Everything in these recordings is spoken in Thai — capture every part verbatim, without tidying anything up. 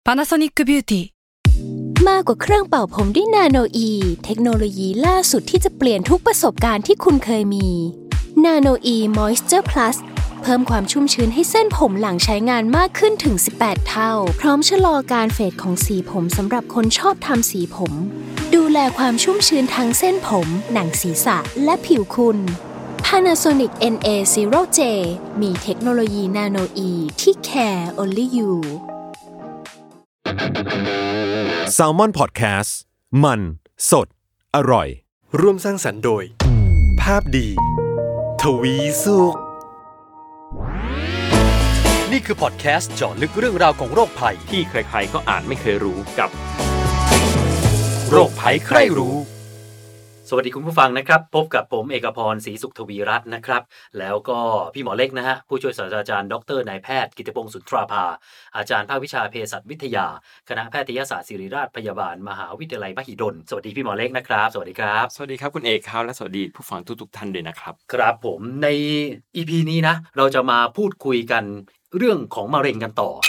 Panasonic Beauty มากกว่าเครื่องเป่าผมด้วยนาโนอีเทคโนโลยีล่าสุดที่จะเปลี่ยนทุกประสบการณ์ที่คุณเคยมีนาโนอีมอยส์เจอร์พลัสเพิ่มความชุ่มชื้นให้เส้นผมหลังใช้งานมากขึ้นถึงสิบแปดเท่าพร้อมชะลอการเฟดของสีผมสำหรับคนชอบทำสีผมดูแลความชุ่มชื้นทั้งเส้นผมหนังศีรษะและผิวคุณ Panasonic เอ็น เอ ศูนย์ เจ มีเทคโนโลยีนาโนอีที่ care only you Salmon Podcast มันสดอร่อยร่วมสร้างสรรค์โดยภาพดีทวีสุขนี่คือพอดแคสต์เจาะลึกเรื่องราวของโรคภัยที่ใครๆก็อ่านไม่เคยรู้กับโรคภัยใครรู้สวัสดีคุณผู้ฟังนะครับพบกับผมเอกพรศรีสุขทวีรัตน์นะครับแล้วก็พี่หมอเล็กนะฮะผู้ช่วยศาสตราจารย์ดรนายแพทย์กิติพงศ์สุนทราภาอาจารย์ภาควิชาเภสัชวิทยาคณะแพทยศาสตร์ศิริราชพยาบาลมหาวิทยาลัยมหิดลสวัสดีพี่หมอเล็กนะครับสวัสดีครับสวัสดีครับคุณเอกครับและสวัสดีผู้ฟังทุกๆท่านด้วยนะครับครับผมใน อี พี นี้นะเราจะมาพูดคุยกันเรื่องของมะเร็งกันต่อ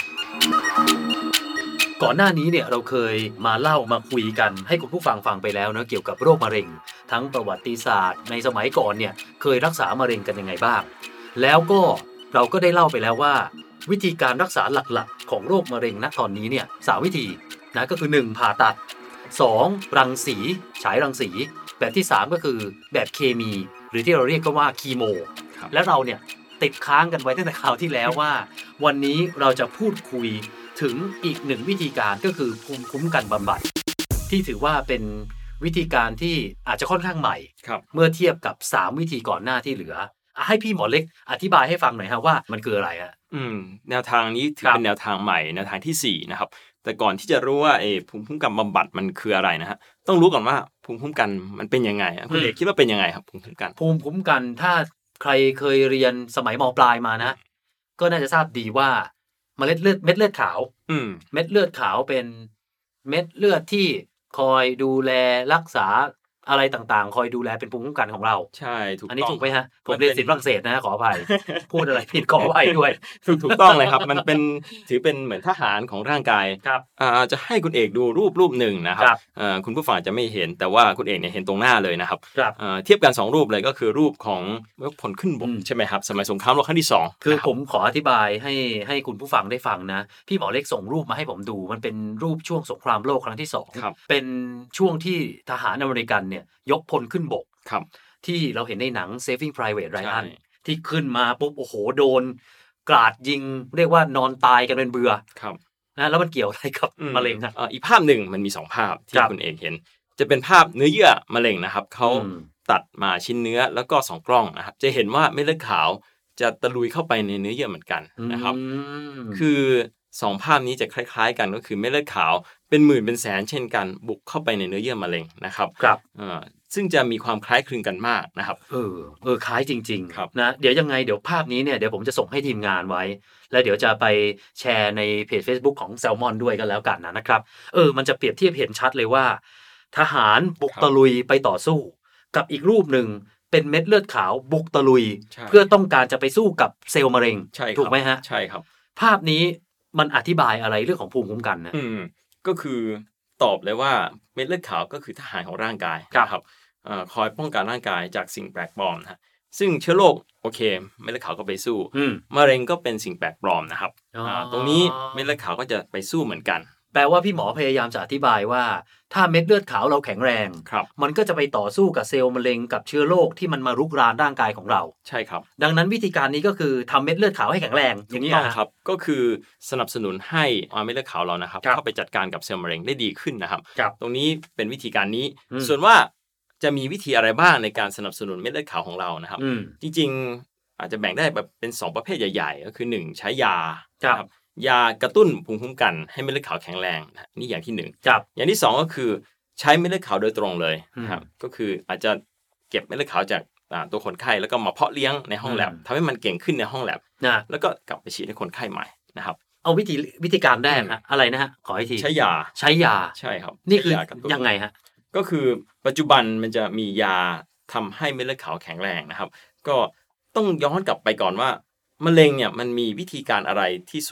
ก่อนหน้านี้เนี่ยเราเคยมาเล่ามาคุยกันให้คุณผู้ฟังฟังไปแล้วนะเกี่ยวกับโรคมะเร็งทั้งประวัติศาสตร์ในสมัยก่อนเนี่ยเคยรักษามะเร็งกันยังไงบ้างแล้วก็เราก็ได้เล่าไปแล้วว่าวิธีการรักษาหลักๆของโรคมะเร็งณตอนนี้เนี่ยสามวิธีนะก็คือหนึ่งผ่าตัดสองรังสีฉายรังสีแบบที่สามก็คือแบบเคมีหรือที่เราเรียกกันว่าคีโมและเราเนี่ยติดค้างกันไว้ตั้งแต่คราวที่แล้วว่าวันนี้เราจะพูดคุยถึงอีกหนึ่งวิธีการก็คือภูมิคุ้มกันบำบัดที่ถือว่าเป็นวิธีการที่อาจจะค่อนข้างใหม่เมื่อเทียบกับสามวิธีก่อนหน้าที่เหลือให้พี่หมอเล็กอธิบายให้ฟังหน่อยครับว่ามันคืออะไรฮะอืมแนวทางนี้ถือเป็นแนวทางใหม่แนวทางที่สี่นะครับแต่ก่อนที่จะรู้ว่าเออภูมิคุ้มกันบำบัดมันคืออะไรนะฮะต้องรู้ก่อนว่าภูมิคุ้มกันมันเป็นยังไงคุณเอกคิดว่าเป็นยังไงครับภูมิคุ้มกันภูมิคุ้มกันถ้าใครเคยเรียนสมัยม.ปลายมานะก็น่าจะทราบดีว่าเมล็ดเลือดเม็ดเลือดขาวเม็ดเลือดขาวเป็นเม็ดเลือดที่คอยดูแลรักษาอะไรต่างๆคอยดูแลเป็นภูมิคุ้มกันของเราใช่ถูกต้องอันนี้ถูกไหมฮะผมเรียนศิลป์ฝรั่งเศสนะขออภัย พูดอะไรผิดขออภัยด้วยถูกถูกต้องเลยครับมันเป็นถือเป็นเหมือนทหารของร่างกายครับอ่าจะให้คุณเอกดูรูปรูปหนึ่งนะครับอ่าคุณผู้ฟังจะไม่เห็นแต่ว่าคุณเอกเนี่ยเห็นตรงหน้าเลยนะครับอ่าเทียบกันสองรูปเลยก็คือรูปของพลขึ้นบกใช่ไหมครับสมัยสงครามโลกครั้งที่สองคือผมขออธิบายให้ให้คุณผู้ฟังได้ฟังนะพี่หมอเล็กส่งรูปมาให้ผมดูมันเป็นรูปช่วงสงครามโลกครั้งที่สองเป็นช่วงที่ทหารอเมริกันเนี่ยยกพลขึ้นบกที่เราเห็นในหนัง Saving Private Ryan ที่ขึ้นมาปุ๊บโอ้โหโดนกราดยิงเรียกว่านอนตายกันเป็นเบื่อนะแล้วมันเกี่ยวอะไรกับมะเร็งครับอีกภาพหนึ่งมันมีสองภาพที่คุณเอกเห็นจะเป็นภาพเนื้อเยื่อมะเร็งนะครับเขาตัดมาชิ้นเนื้อแล้วก็สองกล้องนะครับจะเห็นว่าเม็ดเลือดขาวจะตะลุยเข้าไปในเนื้อเยื่อเหมือนกันนะครับคือสองภาพนี้จะคล้ายๆกันก็คือเม็ดเลือดขาวเป็นหมื่นเป็นแสนเช่นกันบุกเข้าไปในเนื้อเยื่อมะเร็งนะครับครับซึ่งจะมีความคล้ายคลึงกันมากนะครับเออเออคล้ายจริงๆนะเดี๋ยวยังไงเดี๋ยวภาพนี้เนี่ยเดี๋ยวผมจะส่งให้ทีมงานไว้แล้วเดี๋ยวจะไปแชร์ในเพจ Facebook ของ Salmon ด้วยกันแล้วกันนะครับเออมันจะเปรียบเทียบเห็นชัดเลยว่าทหารบุกตะลุยไปต่อสู้กับอีกรูปหนึ่งเป็นเม็ดเลือดขาวบุกตะลุยเพื่อต้องการจะไปสู้กับเซลล์มะเร็งถูกไหมฮะใช่ครับภาพนี้มันอธิบายอะไรเรื่องของภูมิคุ้มกันนะอืมก็คือตอบเลยว่าเม็ดเลือดขาวก็คือทหารของร่างกายนะครับคอยป้องกันร่างกายจากสิ่งแปลกปลอมนะซึ่งเชื้อโรคโอเคเม็ดเลือดขาวก็ไปสู้มะเร็งก็เป็นสิ่งแปลกปลอมนะครับตรงนี้เม็ดเลือดขาวก็จะไปสู้เหมือนกันแปลว่าพี่หมอพยายามจะอธิบายว่าถ้าเม็ดเลือดขาวเราแข็งแรงมันก็จะไปต่อสู้กับเซลล์มะเร็งกับเชื้อโรคที่มันมารุกรานร่างกายของเราใช่ครับดังนั้นวิธีการนี้ก็คือทำเม็ดเลือดขาวให้แข็งแรงอย่างนี้ครับก็คือสนับสนุนให้เม็ดเลือดขาวเรานะครับเข้าไปจัดการกับเซลล์มะเร็งได้ดีขึ้นนะครับตรงนี้เป็นวิธีการนี้ส่วนว่าจะมีวิธีอะไรบ้างในการสนับสนุนเม็ดเลือดขาวของเรานะครับจริงๆอาจจะแบ่งได้แบบเป็นสองประเภทใหญ่ๆก็คือหนึ่งใช้ยาครับยากระตุ้นภูมิคุ้มกันให้เม็ดเลือดขาวแข็งแรงนี่อย่างที่หนึ่งอย่างที่สองก็คือใช้เม็ดเลือดขาวโดยตรงเลยนะครับก็คืออาจจะเก็บเม็ดเลือดขาวจากตัวคนไข้แล้วก็มาเพาะเลี้ยงในห้องแลบทำให้มันเก่งขึ้นในห้องแลบแล้วก็กลับไปฉีดให้คนไข้ใหม่นะครับเอาวิธีวิธีการแรกนะอะไรนะฮะขออีกทีใช้ยาใช้ยาใช่ครับนี่คือยังไงฮะก็คือปัจจุบันมันจะมียาทำให้เม็ดเลือดขาวแข็งแรงนะครับก็ต้องย้อนกลับไปก่อนว่ามะเร็งเนี่ยมันมีวิธีการอะไรที่สู้กับ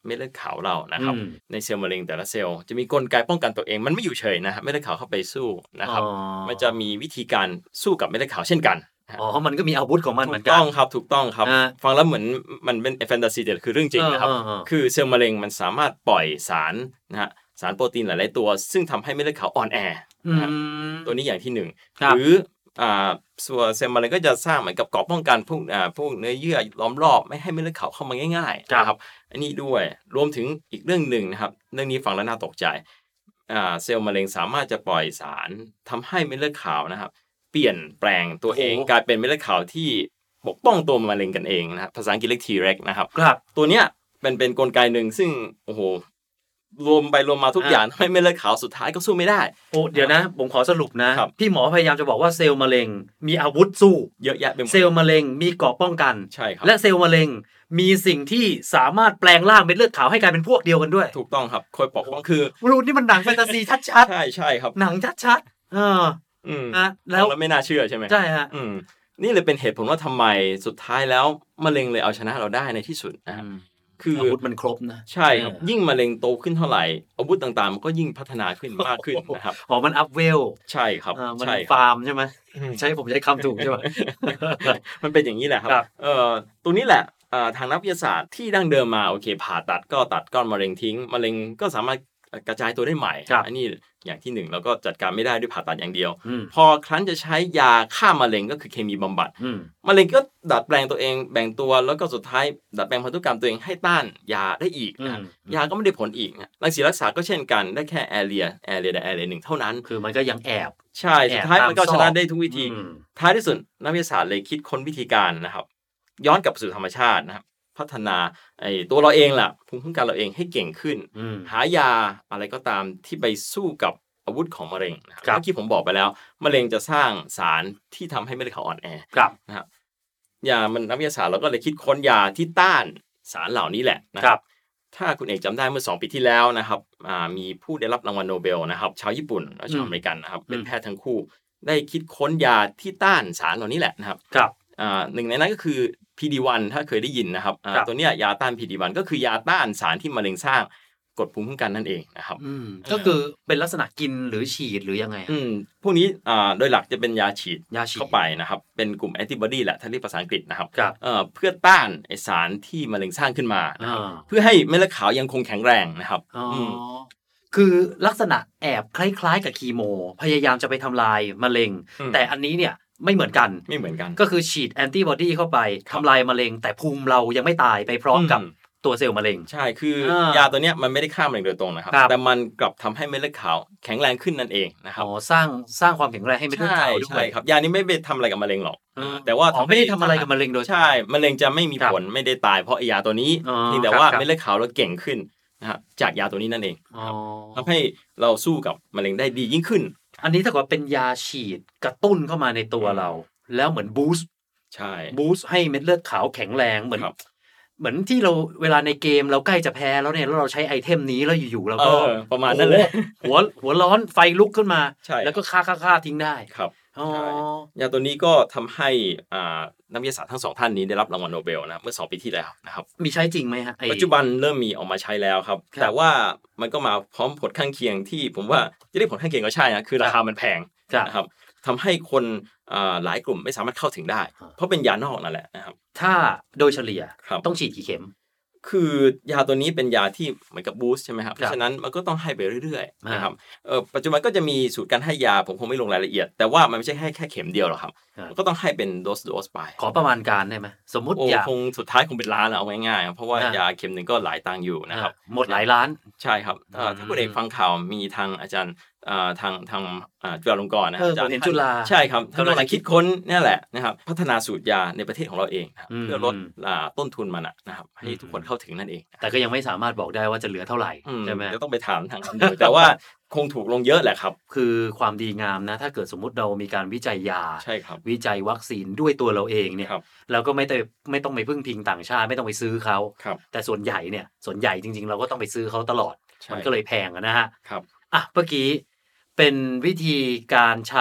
เม็ดเลือดขาวเรานะครับในเซลล์มะเร็งแต่ละเซลล์จะมีกลไกป้องกันตัวเองมันไม่อยู่เฉยนะครับเม็ดเลือดขาวเข้าไปสู้นะครับมันจะมีวิธีการสู้กับเม็ดเลือดขาวเช่นกันอ๋อมันก็มีอาวุธของมันเหมือนกันถูกต้องครับถูกต้องครับฟังแล้วเหมือนมันเป็นแฟนตาซีแต่คือเรื่องจริงนะครับคือเซลล์มะเร็งมันสามารถปล่อยสารนะฮะสารโปรตีนหลายๆตัวซึ่งทำให้เม็ดเลือดขาวอ่อนแอตัวนี้อย่างที่หนึ่งหรืออ่าส่วนเซลล์มะเร็งก็จะสร้างเหมือนกับเกราะป้องกันพวกอ่าพวกเนื้อเยื่อล้อมรอบไม่ให้เม็ดเลือดขาวเข้ามาง่ายๆนะครับอันนี้ด้วยรวมถึงอีกเรื่องนึงนะครับเรื่องนี้ฟังแล้วน่าตกใจอ่าเซลล์มะเร็งสามารถจะปล่อยสารทำให้เม็ดเลือดขาวนะครับเปลี่ยนแปลงตัวเองกลายเป็นเม็ดเลือดขาวที่ปกป้องตัวมะเร็งกันเองนะครับภาษาอังกฤษเรียก T reg นะครับตัวเนี้ยเป็นเป็นกลไกหนึ่งซึ่งโอ้โหรวมไปรวมมาทุกอย่างทำให้เม็ดเลือดขาวสุดท้ายก็สู้ไม่ได้โอ้เดี๋ยวนะผมขอสรุปนะพี่หมอพยายามจะบอกว่าเซลล์มะเร็งมีอาวุธสู้เยอะแยะไปหมดเซลล์มะเร็งมีเกราะป้องกันใช่ครับและเซลล์มะเร็งมีสิ่งที่สามารถแปลงร่างเม็ดเลือดขาวให้กลายเป็นพวกเดียวกันด้วยถูกต้องครับคอยปกป้องคือรู้นี่มันหนังแฟนตาซีชัดๆใช่ใช่ครับหนังชัดๆเอออืมแล้วไม่น่าเชื่อใช่ไหมใช่ฮะอืมนี่เลยเป็นเหตุผลว่าทำไมสุดท้ายแล้วมะเร็งเลยเอาชนะเราได้ในที่สุดนะครับคืออาวุธมันครบนะใช่ครับยิ่งมะเร็งโตขึ้นเท่าไหร่อาวุธต่างๆมันก็ยิ่งพัฒนาขึ้นมากขึ้นนะครับอ๋อมันอัพเวลใช่ครับมันฟาร์มใช่ไหมใช่ผมใช้คำถูกใช่ไหมมันเป็นอย่างนี้แหละครับเอ่อตรงนี้แหละทางนักวิทยาศาสตร์ที่ดั้งเดิมมาโอเคผ่าตัดก็ตัดก้อนมะเร็งทิ้งมะเร็งก็สามารถกระจายตัวได้ใหม่อันนี้อย่างที่หนึ่งแล้วก็จัดการไม่ได้ด้วยผ่าตัดอย่างเดียวพอครั้นจะใช้ยาฆ่ามะเร็งก็คือเคมีบำบัดมะเร็งก็ดัดแปลงตัวเองแบ่งตัวแล้วก็สุดท้ายดัดแปลงพันธุกรรมตัวเองให้ต้านยาได้อีกยาก็ไม่ได้ผลอีกรังสีรักษาก็เช่นกันได้แค่แอเรียแอเรียแต่แอเรียหนึ่งเท่านั้นคือมันก็ยังแอบใช่สุดท้ายมันก็ชนะได้ทุกวิธีท้ายที่สุดนักวิทยาศาสตร์เลยคิดค้นวิธีการนะครับย้อนกลับสู่ธรรมชาตินะครับพัฒนาไอ้ตัวเราเองล่ะภูมิคุ้มกันเราเองให้เก่งขึ้นหายาอะไรก็ตามที่ไปสู้กับอาวุธของมะเร็งนะครับเมื่อกี้ผมบอกไปแล้วมะเร็งจะสร้างสารที่ทำให้เม็ดเลือดขาวอ่อนแอนะครับยามันนักวิทยาศาสตร์เราก็เลยคิดค้นยาที่ต้านสารเหล่านี้แหละนะครับถ้าคุณเอกจำได้เมื่อสองปีที่แล้วนะครับมีผู้ได้รับรางวัลโนเบลนะครับชาวญี่ปุ่นและชาวอเมริกันนะครับเป็นแพทย์ทั้งคู่ได้คิดค้นยาที่ต้านสารเหล่านี้แหละนะครับหนึ่งในนั้นก็คือ พี ดี วัน ถ้าเคยได้ยินนะครับตัวเนี้ยยาต้าน พี ดี วัน ก็คือยาต้านสารที่มะเร็งสร้างกดภูมิคุ้มกันนั่นเองนะครับก็คือเป็นลักษณะกินหรือฉีดหรือยังไงอืมพวกนี้โดยหลักจะเป็นยาฉีดเข้าไปนะครับเป็นกลุ่มแอนติบอดีแหละถ้าเรียกภาษาอังกฤษนะครับเพื่อต้านไอสารที่มะเร็งสร้างขึ้นมาเพื่อให้เม็ดเลือดขาวยังคงแข็งแรงนะครับคือลักษณะแอบคล้ายๆกับคีโมพยายามจะไปทำลายมะเร็งแต่อันนี้เนี่ยไม่เหมือนกันไม่เหมือนกันก็คือฉีดแอนติบอดีเข้าไปทำลายมะเร็งแต่ภูมิเรายังไม่ตายไปพร้อมกับตัวเซลล์มะเร็งใช่คือยาตัวเนี้ยมันไม่ได้ฆ่ามะเร็งโดยตรงนะครับแต่มันกลับทำให้เม็ดเลือดขาวแข็งแรงขึ้นนั่นเองนะครับอ๋อสร้างสร้างความแข็งแรงให้เม็ดเลือดขาวด้วยครับยานี้ไม่ไปทำอะไรกับมะเร็งหรอกแต่ว่าไม่ได้ทำอะไรกับมะเร็งโดยใช่มะเร็งจะไม่มีผลไม่ได้ตายเพราะยาตัวนี้แต่ว่าเม็ดเลือดขาวเราเก่งขึ้นนะครับจากยาตัวนี้นั่นเองทำให้เราสู้กับมะเร็งได้ดียิ่งขึ้นอันนี้ถ้าเกิดเป็นยาฉีดกระตุ้นเข้ามาในตัวเราแล้วเหมือนบูสต์ใช่บูสต์ให้เม็ดเลือดขาวแข็งแรงเหมือนเหมือนที่เราเวลาในเกมเราใกล้จะแพ้แล้วเนี่ยแล้วเราใช้ไอเทมนี้แล้วอยู่ๆเราก็ประมาณนั้นเลยหัวหัวร้อนไฟลุกขึ้นมาแล้วก็ฆ่าฆ่าฆ่าทิ้งได้ครับอ๋อยาตัวนี้ก็ทำให้อ่านักวิทยาศาสตร์ทั้งสองท่านนี้ได้รับรางวัลโนเบลนะเมื่อสองปีที่แล้วนะครับมีใช้จริงไหมฮะปัจจุบันเริ่มมีออกมาใช้แล้วครับแต่ว่ามันก็มาพร้อมผลข้างเคียงที่ผมว่าจะได้ผลข้างเคียงก็ใช่นะคือราคามันแพงนะครับทำให้คนหลายกลุ่มไม่สามารถเข้าถึงได้เพราะเป็นยานอกนั่นแหละนะครับถ้าโดยเฉลี่ยต้องฉีดกี่เข็มคือยาตัวนี้เป็นยาที่เหมือนกับบูสต์ใช่ไหมครับเพราะฉะนั้นมันก็ต้องให้ไปเรื่อยๆนะครับปัจจุบันก็จะมีสูตรการให้ยาผมคงไม่ลงรายละเอียดแต่ว่ามันไม่ใช่ให้แค่เข็มเดียวหรอกครับก็ต้องให้เป็นโดสโดสไปขอประมาณการได้ไหมสมมุติยาคงสุดท้ายคงเป็นล้านเอาง่ายๆเพราะว่ายาเข็มหนึ่งก็หลายตังค์อยู่นะครับหมดหลายล้านใช่ครับถ้าคุณเอกฟังข่าวมีทางอาจารย์ทางทางจุฬาลงกรณ์นะอาจารย์จุฬาใช่ครับท่านกำลังคิดค้นนี่แหละนะครับพัฒนาสูตรยาในประเทศของเราเองเพื่อลดต้นทุนมันนะครับให้ทุกคนเข้าถึงนั่นเองแต่ก็ยังไม่สามารถบอกได้ว่าจะเหลือเท่าไหร่ใช่ไหมจะต้องไปถามทางนั้นดูแต่ว่าคงถูกลงเยอะแหละครับคือความดีงามนะถ้าเกิดสมมุติเรามีการวิจัยยาใช่ครับวิจัยวัคซีนด้วยตัวเราเองเนี่ยเราก็ไม่ได้ไม่ต้องไปพึ่งพิงต่างชาติไม่ต้องไปซื้อเขาแต่ส่วนใหญ่เนี่ยส่วนใหญ่จริงๆเราก็ต้องไปซื้อเขาตลอดมันก็เลยแพงนะฮะครับอ่ะเมื่อกี้เป็นวิธีการใช้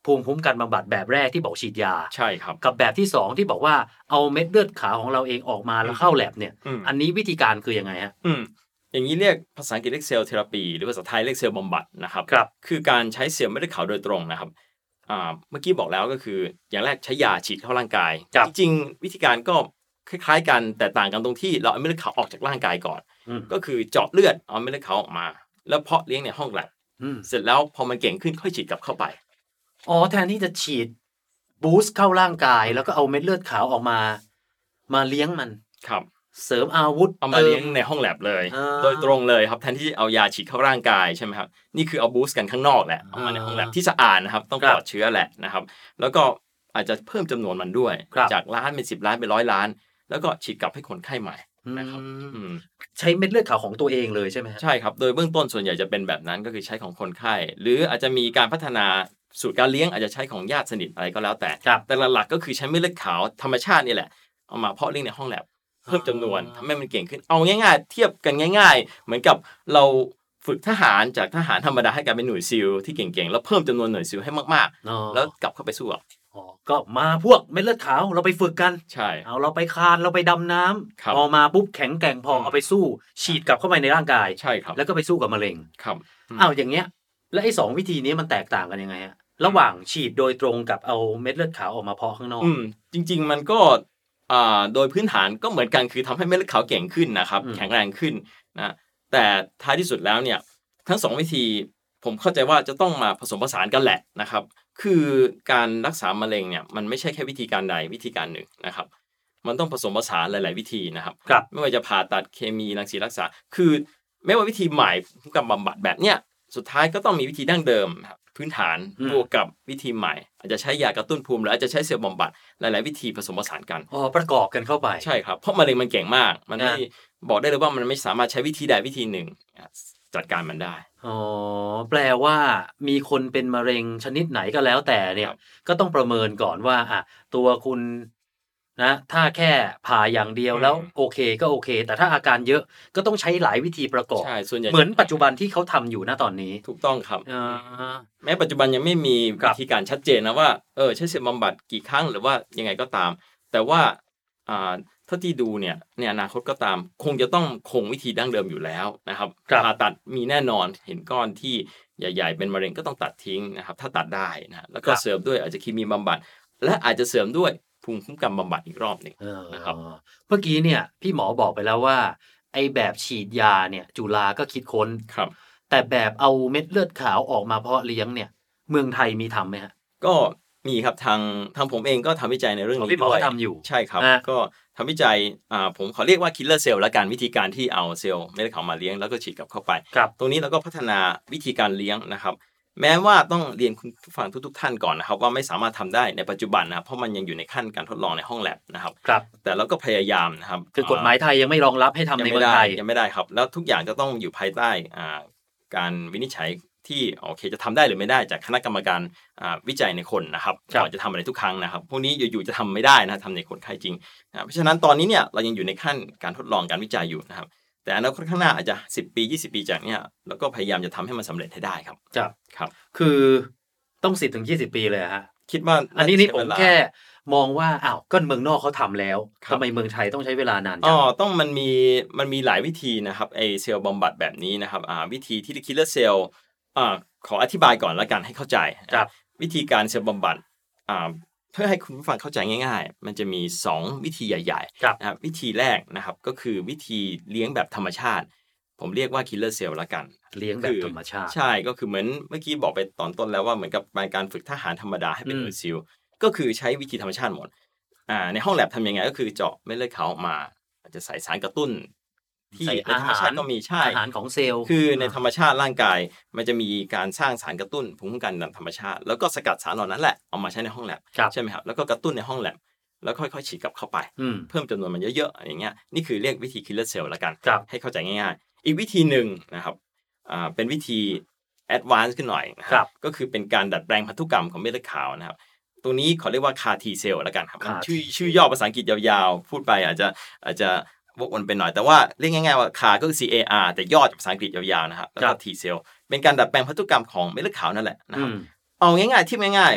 ภูมิคุ้มกันบำบัดแบบแรกที่บอกฉีดยาใช่ครับกับแบบที่สองที่บอกว่าเอาเม็ดเลือดขาวของเราเองออกมาแล้วเข้าแลบเนี่ยอันนี้วิธีการคือยังไงฮะอืมอย่างนี้เรียกภาษาอังกฤษเรียกเซลล์เทอราปีหรือภาษาไทยเรียกเซลล์บำบัดนะครับครับคือการใช้เซลล์เม็ดเลือดขาวโดยตรงนะครับอ่าเมื่อกี้บอกแล้วก็คืออย่างแรกใช้ยาฉีดเข้าร่างกายจริงๆวิธีการก็คล้ายๆกันแต่ต่างกันตรงที่เราเอาเม็ดเลือดขาวออกจากร่างกายก่อนก็คือเจาะเลือดเอาเม็ดเลือดขาวออกมาแล้วเพาะเลี้ยงในห้องแลบเสร็จแล้วพอมันเก่งขึ้นค่อยฉีดกลับเข้าไปอ๋อแทนที่จะฉีดบูสต์เข้าร่างกายแล้วก็เอาเม็ดเลือดขาวออกมามาเลี้ยงมันครับเสริมอาวุธเอามาเลี้ยงในห้องแลบเลยโดยตรงเลยครับแทนที่เอายาฉีดเข้าร่างกายใช่ไหมครับนี่คือเอาบูสต์กันข้างนอกแหละเอามาในห้องแลบที่สะอาดนะครับต้องปลอดเชื้อแหละนะครับแล้วก็อาจจะเพิ่มจำนวนมันด้วยจากล้านเป็นสิบล้านเป็นร้อยล้านแล้วก็ฉีดกลับให้คนไข้ใหม่นะครับใช้เม็ดเลือดขาวของตัวเองเลยใช่ไหมใช่ครับโดยเบื้องต้นส่วนใหญ่จะเป็นแบบนั้นก็คือใช้ของคนไข้หรืออาจจะมีการพัฒนาสูตรการเลี้ยงอาจจะใช้ของญาติสนิทอะไรก็แล้วแต่แต่หลักๆก็คือใช้เม็ดเลือดขาวธรรมชาตินี่แหละเอามาเพาะเลี้ยงในห้องแลบเพิ่มจำนวนทำให้มันเก่งขึ้นเอาง่ายๆเทียบกันง่ายๆเหมือนกับเราฝึกทหารจากทหารธรรมดาให้กลายเป็นหน่วยซิลที่เก่งๆแล้วเพิ่มจำนวนหน่วยซิลให้มากๆแล้วกลับเข้าไปสู้อ๋อก็มาพวกเม็ดเลือดขาวเราไปฝึกกันใช่เอาเราไปคานเราไปดำน้ำพอมาปุ๊บแข็งแกร่งพอเอาไปสู้ฉีดกลับเข้าไปในร่างกายใช่ครับแล้วก็ไปสู้กับมะเร็งครับอ้าวอย่างเงี้ยแล้วไอ้สองวิธีนี้มันแตกต่างกันยังไงฮะระหว่างฉีดโดยตรงกับเอาเม็ดเลือดขาวออกมาเพาะข้างนอกอืมจริงๆมันก็อ่าโดยพื้นฐานก็เหมือนกันคือทำให้เม็ดเลือดขาวเก่งขึ้นนะครับแข็งแรงขึ้นนะแต่ท้ายที่สุดแล้วเนี่ยทั้งสองวิธีผมเข้าใจว่าจะต้องมาผสมผสานกันแหละนะครับคือการรักษามะเร็งเนี่ยมันไม่ใช่แค่วิธีการใดวิธีการหนึ่งนะครับมันต้องผสมผสานหลายๆวิธีนะครับไม่ว่าจะผ่าตัดเคมีรังสีรักษาคือไม่ว่าวิธีใหม่กับบำบัดแบบเนี้ยสุดท้ายก็ต้องมีวิธีดั้งเดิมครับพื้นฐานบวกกับวิธีใหม่อาจจะใช้ยากระตุ้นภูมิหรืออาจจะใช้เซลล์บำบัดหลายๆวิธีผสมผสานกันอ๋อประกอบกันเข้าไปใช่ครับเพราะมะเร็งมันเก่งมากมันไม่บอกได้เลยว่ามันไม่สามารถใช้วิธีใดวิธีหนึ่งจัดการมันได้อ๋อแปลว่ามีคนเป็นมะเร็งชนิดไหนก็แล้วแต่เนี่ยก็ต้องประเมินก่อนว่าอ่ะตัวคุณนะถ้าแค่ผ่าอย่างเดียวแล้วโอเคก็โอเคแต่ถ้าอาการเยอะก็ต้องใช้หลายวิธีประกอบใช่ส่วนใหญ่เหมือนปัจจุบันที่เขาทำอยู่ณตอนนี้ถูกต้องครับแม้ปัจจุบันยังไม่มีวิธีการชัดเจนนะว่าเออใช้เซลล์บำบัดกี่ครั้งหรือว่ายังไงก็ตามแต่ว่าอ่าถ้าที่ดูเนี่ยในอนาคตก็ตามคงจะต้องคงวิธีดั้งเดิมอยู่แล้วนะครับผ่าตัดมีแน่นอนเห็นก้อนที่ใหญ่ๆเป็นมะเร็งก็ต้องตัดทิ้งนะครับถ้าตัดได้นะแล้วก็เสริมด้วยอาจจะเคมีบำบัดและอาจจะเสริมด้วยภูมิคุ้มกันบำบัดอีกรอบนึงนะครับเมื่อกี้เนี่ยพี่หมอบอกไปแล้วว่าไอ้แบบฉีดยาเนี่ยจุฬาก็คิดค้นครับแต่แบบเอาเม็ดเลือดขาวออกมาเพาะเลี้ยงเนี่ยเมืองไทยมีทำไหมฮะก็มีครับทางทางผมเองก็ทำวิจัยในเรื่องนี้ด้วยพี่หมอทำอยู่ใช่ครับก็ทำวิจัยอ่าผมขอเรียกว่าคิลเลอร์เซลล์และการวิธีการที่เอาเซลล์เม็ดเลือดขาวมาเลี้ยงแล้วก็ฉีดกลับเข้าไปตรงนี้เราก็พัฒนาวิธีการเลี้ยงนะครับแม้ว่าต้องเรียนคุณผู้ฟังทุกๆท่านก่อนนะครับว่าไม่สามารถทำได้ในปัจจุบันนะครับเพราะมันยังอยู่ในขั้นการทดลองในห้องแลบนะครับแต่เราก็พยายามนะครับคือกฎหมายไทยยังไม่รองรับให้ทำในเมืองไทยยังไม่ได้ครับแล้วทุกอย่างจะต้องอยู่ภายใต้อ่าการวินิจฉัยที่โอเคจะทำได้หรือไม่ได้จากคณะกรรมการวิจัยในคนนะครับก่อนจะทำอะไรทุกครั้งนะครับพวกนี้อยู่ๆจะทำไม่ได้นะทำในคนไข้จริงนะเพราะฉะนั้นตอนนี้เนี่ยเรายังอยู่ในขั้นการทดลองการวิจัยอยู่นะครับแต่อนาคตข้างหน้าอาจจะสิบปียี่สิบปีจากเนี้ยแล้วก็พยายามจะทำให้มันสำเร็จให้ได้ครับครับครับคือต้องสิบถึงยี่สิบปีเลยฮะคิดว่าอันนี้นี่ผมแค่มองว่าอ้าวก็เมืองนอกเขาทำแล้วทำไมเมืองไทยต้องใช้เวลานานจังอ๋อต้องมันมีมันมีหลายวิธีนะครับไอเซลล์บำบัดแบบนี้นะครับอ่าวิธีที่คิลเลอร์เซลล์อ่าขออธิบายก่อนแล้วกันให้เข้าใจวิธีการเซลล์บำบัดอ่าเพื่อให้คุณผู้ฟังเข้าใจง่ายๆมันจะมีสองวิธีใหญ่ๆนะครับวิธีแรกนะครับก็คือวิธีเลี้ยงแบบธรรมชาติผมเรียกว่าคิลเลอร์เซลล์ละกันเลี้ยงแบบธรรมชาติใช่ก็คือเหมือนเมื่อกี้บอกไปตอนต้นแล้วว่าเหมือนกับการฝึกทหารธรรมดาให้เป็นหน่วยซิลก็คือใช้วิธีธรรมชาติหมดอ่าในห้องแลบทำยังไงก็คือเจาะเม็ดเลือดขาวออกมาอาจจะใส่สารกระตุ้นที่ในธรรมชาติก็มีใช่อาหารของเซลล์คือในธรรมชาติร่างกายมันจะมีการสร้างสารกระตุ้นภูมิคุ้มกันตามธรรมชาติแล้วก็สกัดสารเหล่านั้นแหละเอามาใช้ในห้องแลบใช่ไหมครับแล้วก็กระตุ้นในห้องแลบแล้วค่อยๆฉีดกลับเข้าไปเพิ่มจำนวนมันเยอะๆอย่างเงี้ยนี่คือเรียกวิธีคิลเลอร์เซลล์ละกันให้เข้าใจง่ายๆอีกวิธีหนึ่งนะครับอ่าเป็นวิธีแอดวานซ์ขึ้นหน่อยนะครับก็คือเป็นการดัดแปลงพันธุกรรมของเม็ดเลือดขาวนะครับตรงนี้ขอเรียกว่า ซี เอ อาร์ ที Cell ละกันครับชื่อชื่อย่อภาษาอังกฤษยาวๆพูดไปอาจจะอาจจะวกวนไปหน่อยแต่ว่าเรียกง่ายๆว่า ซี เอ ก็คือ ซี เอ อาร์ แต่ย่อจากภาษาอังกฤษยาวๆนะครับแล้วก็ T cell เป็นการดัดแปลงพันธุกรรมของเม็ดเลือดขาวนั่นแหละนะครับเอาง่ายๆที่ง่าย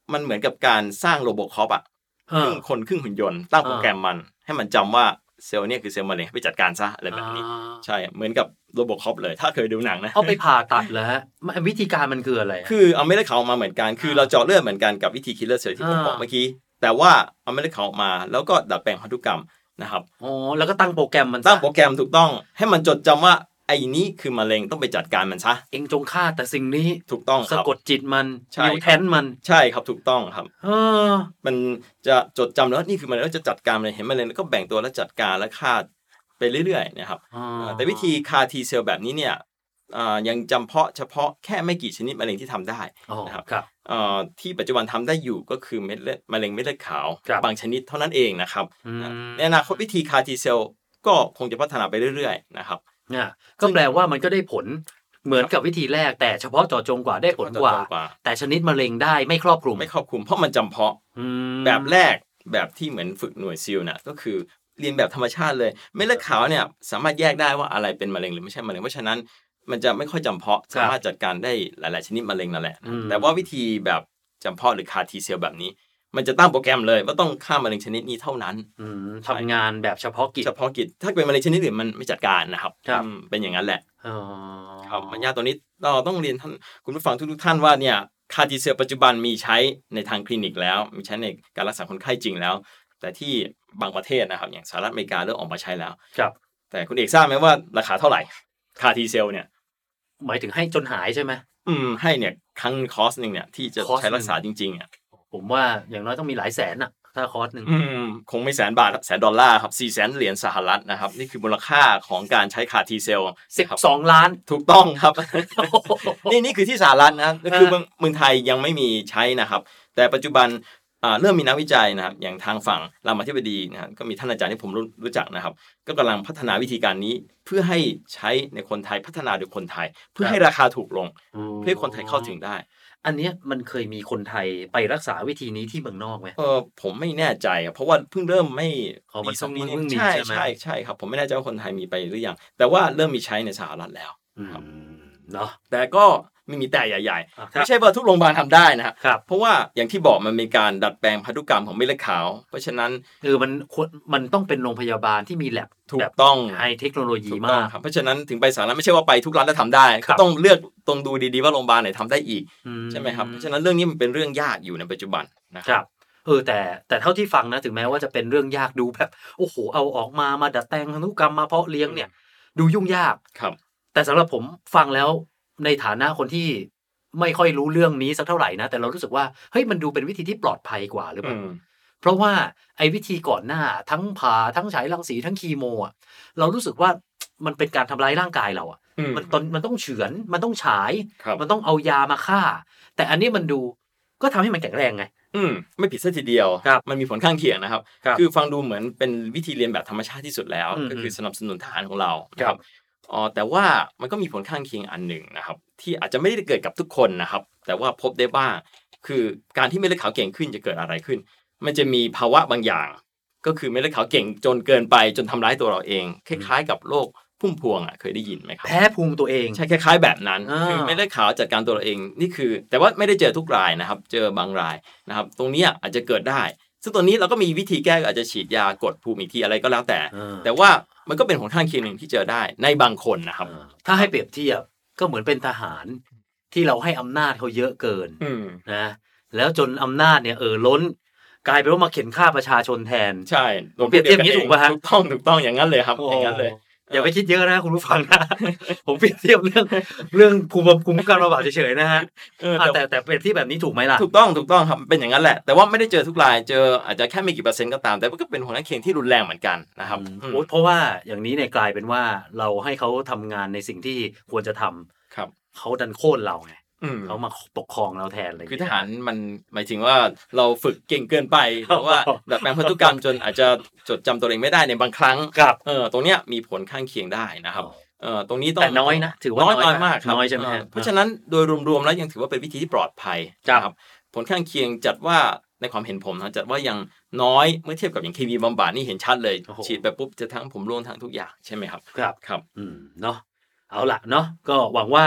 มันเหมือนกับการสร้างโรบอคอปอ่ะครึ่งคนครึ่งหุ่นยนต์ตั้งโปรแกรมมันให้มันจำว่าเซลล์เนี่ยคือเซลล์มะเร็งให้ไปจัดการซะอะไรแบบนี้ใช่เหมือนกับโรบอคอปเลยถ้าเคยดูหนังนะเอาไปผ่าตัดเหรอฮะวิธีการมันคืออะไรคือเอาเม็ดเลือดขาวออกมาเหมือนกันคือเราเจาะเลือดเหมือนกันกับวิธีคิลเลอร์เซลล์ที่ผมบอกเมื่อกี้แต่ว่าเอาเม็ดเลือดขาวออกมาแล้วก็ดัดแปลงพันธุกรรมนะครับอ๋อแล้วก็ตั้งโปรแกรมมันตั้งโปรแกรมถูกต้องให้มันจดจำว่าไอ้นี้คือมะเร็งต้องไปจัดการมันซะเองจงฆ่าแต่สิ่งนี้ถูกต้องครับสะกดจิตมันนิวแทนมันใช่ครับถูกต้องครับเออมันจะจดจำแล้วนี่คือมะเร็งแล้วจะจัดการมันเห็นมะเร็งแล้วก็แบ่งตัวแล้วจัดการแล้วฆ่าไปเรื่อยๆนะครับแต่วิธีคาร์ทีเซลแบบนี้เนี่ยยังจำเพาะเฉพาะแค่ไม่กี่ชนิดมะเร็งที่ทำได้นะครับที่ปัจจุบันทำได้อยู่ก็คือเม็ดเลือดมะเร็งเม็ดเลือดขาวบางชนิดเท่านั้นเองนะครับในอนาคตวิธีคาร์ทีเซลก็คงจะพัฒนาไปเรื่อยๆนะครับก็แปลว่ามันก็ได้ผลเหมือนกับวิธีแรกแต่เฉพาะเจาะจงกว่าได้ผลกว่าแต่ชนิดมะเร็งได้ไม่ครอบคลุมไม่ครอบคลุมเพราะมันจำเพาะแบบแรกแบบที่เหมือนฝึกหน่วยซิลน่ะก็คือเรียนแบบธรรมชาติเลยเม็ดเลือดขาวเนี่ยสามารถแยกได้ว่าอะไรเป็นมะเร็งหรือไม่ใช่มะเร็งเพราะฉะนั้นมันจะไม่ค่อยจำเพาะสามารถจัดการได้หลายๆชนิดมะเร็งนั่นแหละแต่ว่าวิธีแบบจำเพาะหรือคาร์ทีเซลแบบนี้มันจะตั้งโปรแกรมเลยว่าต้องฆ่ามะเร็งชนิดนี้เท่านั้นทำงานแบบเฉพาะกิจเฉพาะกิจถ้าเป็นมะเร็งชนิดอื่นมันไม่จัดการนะครับเป็นอย่างนั้นแหละครับมันยากตัวนี้เราต้องเรียนท่านคุณผู้ฟังทุกๆท่านว่าเนี่ยคาร์ทีเซลปัจจุบันมีใช้ในทางคลินิกแล้วมีใช้ในการรักษาคนไข้จริงแล้วแต่ที่บางประเทศนะครับอย่างสหรัฐอเมริกาเริ่มออกมาใช้แล้วแต่คุณเอกทราบไหมว่าราคาเท่าไหร่คาร์ทีเซลเนี่ยหมายถึงให้จนหายใช่ไหมอืมให้เนี่ยครั้งคอสหนึ่งเนี่ยที่จะใช้รักษาจริงๆอ่ะผมว่าอย่างน้อยต้องมีหลายแสนอ่ะถ้าคอร์สหนึ่งคงไม่แสนบาทแสนดอลลาร์ครับสี่แสนเหรียญสหรัฐนะครับนี่คือมูลค่าของการใช้คาร์ทีเซลสิบสองล้านถูกต้องครับ นี่นี่คือที่สหรัฐนะก็คือเมืองไทยยังไม่มีใช้นะครับแต่ปัจจุบันเริ่มมีนักวิจัยนะครับอย่างทางฝั่งรามาธิบดีนะก็มีท่านอาจารย์ที่ผมรู้รู้จักนะครับก็กำลังพัฒนาวิธีการนี้เพื่อให้ใช้ในคนไทยพัฒนาโดยคนไทยเพื่อให้ราคาถูกลงเพื่อให้คนไทยเข้าถึงได้อันนี้มันเคยมีคนไทยไปรักษาวิธีนี้ที่เมืองนอกไหมเออผมไม่แน่ใจเพราะว่าเพิ่งเริ่มไม่มีตรงนี้ใช่ใช่ใช่ครับผมไม่แน่ใจว่าคนไทยมีไปหรือยังแต่ว่าเริ่มมีใช้ในสหรัฐแล้วเนาะแต่ก็ไม่มีแต่ใหญ่ๆไม่ใช่ว่าทุกโรงพยาบาลทำได้นะครับเพราะว่าอย่างที่บอกมันมีการดัดแปลงพันธุกรรมของเม็ดเลือดขาวเพราะฉะนั้นคือมันมันต้องเป็นโรงพยาบาลที่มีแลบถูกต้องไฮเทคโนโลยีมากเพราะฉะนั้นถึงไปสหรัฐไม่ใช่ว่าไปทุกร้านแล้วทำได้ก็ต้องเลือกตรงดูดีๆว่าโรงพยาบาลไหนทำได้อีกใช่ไหมครับเพราะฉะนั้นเรื่องนี้มันเป็นเรื่องยากอยู่ในปัจจุบันนะครับเออแต่แต่เท่าที่ฟังนะถึงแม้ว่าจะเป็นเรื่องยากดูแบบโอ้โหเอาออกมามาดัดแปลงพันธุกรรมมาเพาะเลี้ยงเนี่ยดูยุ่งยากครับแต่สำหรับผมฟังแล้วในฐานะคนที่ไม่ค่อยรู้เรื่องนี้สักเท่าไหร่นะแต่เรารู้สึกว่าเฮ้ยมันดูเป็นวิธีที่ปลอดภัยกว่าหรือเปล่าเพราะว่าไอ้วิธีก่อนหน้าทั้งผ่าทั้งฉายรังสีทั้งคีโมอ่ะเรารู้สึกว่ามันเป็นการทำร้ายร่างกายเราอ่ะมันตอนมันต้องเฉือนมันต้องฉายมันต้องเอายามาฆ่าแต่อันนี้มันดูก็ทำให้มันแข็งแรงไงอืมไม่ผิดซะทีเดียวมันมีผลข้างเคียงนะครับคือฟังดูเหมือนเป็นวิธีเรียนแบบธรรมชาติที่สุดแล้วก็คือสนับสนุนทหารของเราครับอ๋อแต่ว่ามันก็มีผลข้างเคียงอันหนึ่งนะครับที่อาจจะไม่ได้เกิดกับทุกคนนะครับแต่ว่าพบได้บ้างคือการที่เม็ดเลือดขาวเก่งขึ้นจะเกิดอะไรขึ้นมันจะมีภาวะบางอย่างก็คือเม็ดเลือดขาวเก่งจนเกินไปจนทำร้ายตัวเราเองคล้ายๆกับโรคพุ่มพวงอ่ะเคยได้ยินไหมครับแพ้ภูมิตัวเองใช่คล้ายๆแบบนั้นคือเม็ดเลือดขาวจัดการตัวเราเองนี่คือแต่ว่าไม่ได้เจอทุกรายนะครับเจอบางรายนะครับตรงนี้อาจจะเกิดได้ซึ่งตัวนี้เราก็มีวิธีแก้อาจจะฉีดยากดภูมิอีกทีอะไรก็แล้วแต่แต่ว่ามันก็เป็นผลข้างเคียงหนึ่งที่เจอได้ในบางคนนะครับถ้าให้เปรียบเทียบก็เหมือนเป็นทหารที่เราให้อำนาจเขาเยอะเกินนะแล้วจนอำนาจเนี่ยเออล้นกลายเป็นว่ามาเข็นฆ่าประชาชนแทนใช่เปรียบเทียบนี้ถูกป่ะฮะถูกต้องถูกต้องอย่างนั้นเลยครับอย่างนั้นเลยอย่าไปคิดเยอะนะคุณผู้ฟังนะผมเปรียบเทียบเรื่องเรื่องภูมิภูมิคุ้มกันระบาดเฉยๆนะฮะแต่แต่เปรียบเทียบแบบนี้ถูกไหมล่ะถูกต้องถูกต้องครับเป็นอย่างนั้นแหละแต่ว่าไม่ได้เจอทุกรายเจออาจจะแค่ไม่กี่เปอร์เซ็นต์ก็ตามแต่ก็เป็นผลข้างเคียงที่รุนแรงเหมือนกันนะครับเพราะว่าอย่างนี้เนี่ยกลายเป็นว่าเราให้เขาทำงานในสิ่งที่ควรจะทำครับเขาดันโค่นเราไงเขามาปกครองเราแทนเลยคือทหารมันหมายถึงว่าเราฝึกเก่งเกินไปเพราะว่าดัดแปลงพันธุกรรมจนอาจจะจดจำตัวเองไม่ได้ในบางครั้งเออตรงเนี้ยมีผลข้างเคียงได้นะครับเออตรงนี้ต้องแต่น้อยนะถือว่าน้อยน้อยมากน้อยใช่ไหมเพราะฉะนั้นโดยรวมๆแล้วยังถือว่าเป็นวิธีที่ปลอดภัยครับผลข้างเคียงจัดว่าในความเห็นผมนะจัดว่ายังน้อยเมื่อเทียบกับอย่างเคมีบำบัดนี่เห็นชัดเลยฉีดไปปุ๊บจะทั้งผมร่วงทั้งทุกอย่างใช่ไหมครับครับครับอืมเนาะเอาล่ะเนาะก็หวังว่า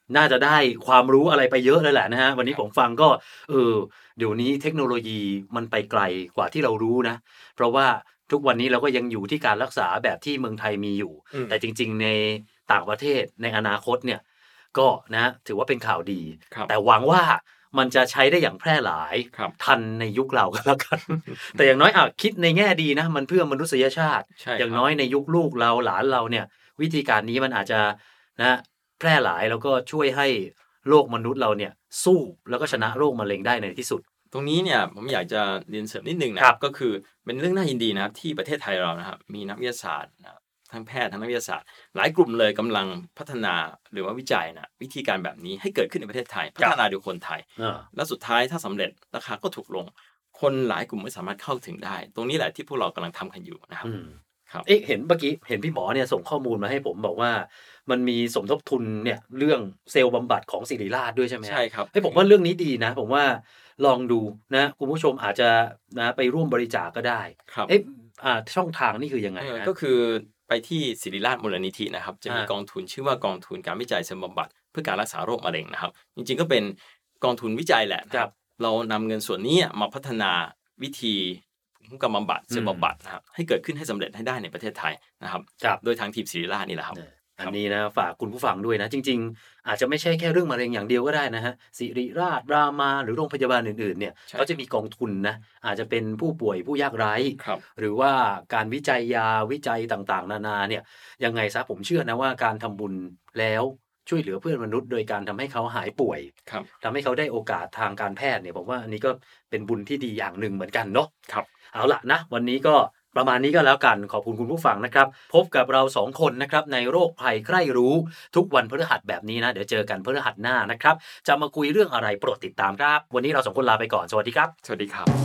น่าจะได้ความรู้อะไรไปเยอะเลยแหละนะฮะวันนี้ผมฟังก็เออเดี๋ยวนี้เทคโนโลยีมันไปไกลกว่าที่เรารู้นะเพราะว่าทุกวันนี้เราก็ยังอยู่ที่การรักษาแบบที่เมืองไทยมีอยู่แต่จริงๆในต่างประเทศในอนาคตเนี่ยก็นะถือว่าเป็นข่าวดีแต่หวังว่ามันจะใช้ได้อย่างแพร่หลายทันในยุคเราก็แล้วกัน แต่อย่างน้อยอ่ะคิดในแง่ดีนะมันเพื่อมนุษยชาติอย่างน้อยในยุคลูกเราหลานเราเนี่ยวิธีการนี้มันอาจจะนะแพร่หลายแล้วก็ช่วยให้โลกมนุษย์เราเนี่ยสู้แล้วก็ชนะโรคมะเร็งได้ในที่สุดตรงนี้เนี่ยผมอยากจะเรียนเสริมนิดนึงนะครับก็คือเป็นเรื่องน่ายินดีนะครับที่ประเทศไทยเรานะครับมีนักวิทยาศาสตร์นะทั้งแพทย์ทั้งนักวิทยาศาสตร์หลายกลุ่มเลยกำลังพัฒนาหรือว่าวิจัยนะวิธีการแบบนี้ให้เกิดขึ้นในประเทศไทยพัฒนาโดยคนไทยแล้วสุดท้ายถ้าสำเร็จราคาก็ถูกลงคนหลายกลุ่มไม่สามารถเข้าถึงได้ตรงนี้แหละที่พวกเรากำลังทำกันอยู่นะครับครับเอ๊ะเห็นเมื่อกี้เห็นพี่หมอเนี่ยส่งข้อมูลมาให้ผมบอกว่ามันมีสมทบทุนเนี่ยเรื่องเซลล์บำบัดของศิริราชด้วยใช่ไหมใช่ครับเฮ้ยผมว่าเรื่องนี้ดีนะผมว่าลองดูนะคุณผู้ชมอาจจะนะไปร่วมบริจาคก็ได้ครับเอ๊ะอ่าช่องทางนี่คือยังไงก็คือไปที่ศิริราชมูลนิธินะครับจะมีกองทุนชื่อว่ากองทุนการวิจัยเซลล์บำบัดเพื่อการรักษาโรคมะเร็งนะครับจริงๆก็เป็นกองทุนวิจัยแหละครับเรานำเงินส่วนนี้มาพัฒนาวิธีการบำบัดเซลล์บำบัดนะครับให้เกิดขึ้นให้สำเร็จให้ได้ในประเทศไทยนะครับโดยทางทีมศิริราชนี่แหละครับอันนี้นะฝากคุณผู้ฟังด้วยนะจริงๆอาจจะไม่ใช่แค่เรื่องมะเร็งอย่างเดียวก็ได้นะฮะศิริราชรามาหรือโรงพยาบาลอื่นๆเนี่ยเขาจะมีกองทุนนะอาจจะเป็นผู้ป่วยผู้ยากไร้หรือว่าการวิจัยยาวิจัยต่างๆนานาเนี่ยยังไงซะผมเชื่อนะว่าการทำบุญแล้วช่วยเหลือเพื่อนมนุษย์โดยการทำให้เขาหายป่วยทำให้เขาได้โอกาสทางการแพทย์เนี่ยผมว่าอันนี้ก็เป็นบุญที่ดีอย่างหนึ่งเหมือนกันเนาะครับเอาละนะวันนี้ก็ประมาณนี้ก็แล้วกันขอบคุณคุณผู้ฟังนะครับพบกับเราสองคนนะครับในโรคภัยใคร่รู้ทุกวันพฤหัสแบบนี้นะเดี๋ยวเจอกันพฤหัสหน้านะครับจะมาคุยเรื่องอะไรโปรดติดตามครับวันนี้เราสองคนลาไปก่อนสวัสดีครับสวัสดีครับ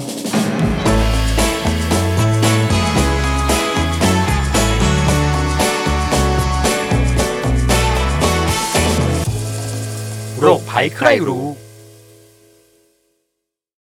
โรคภัยใคร่รู้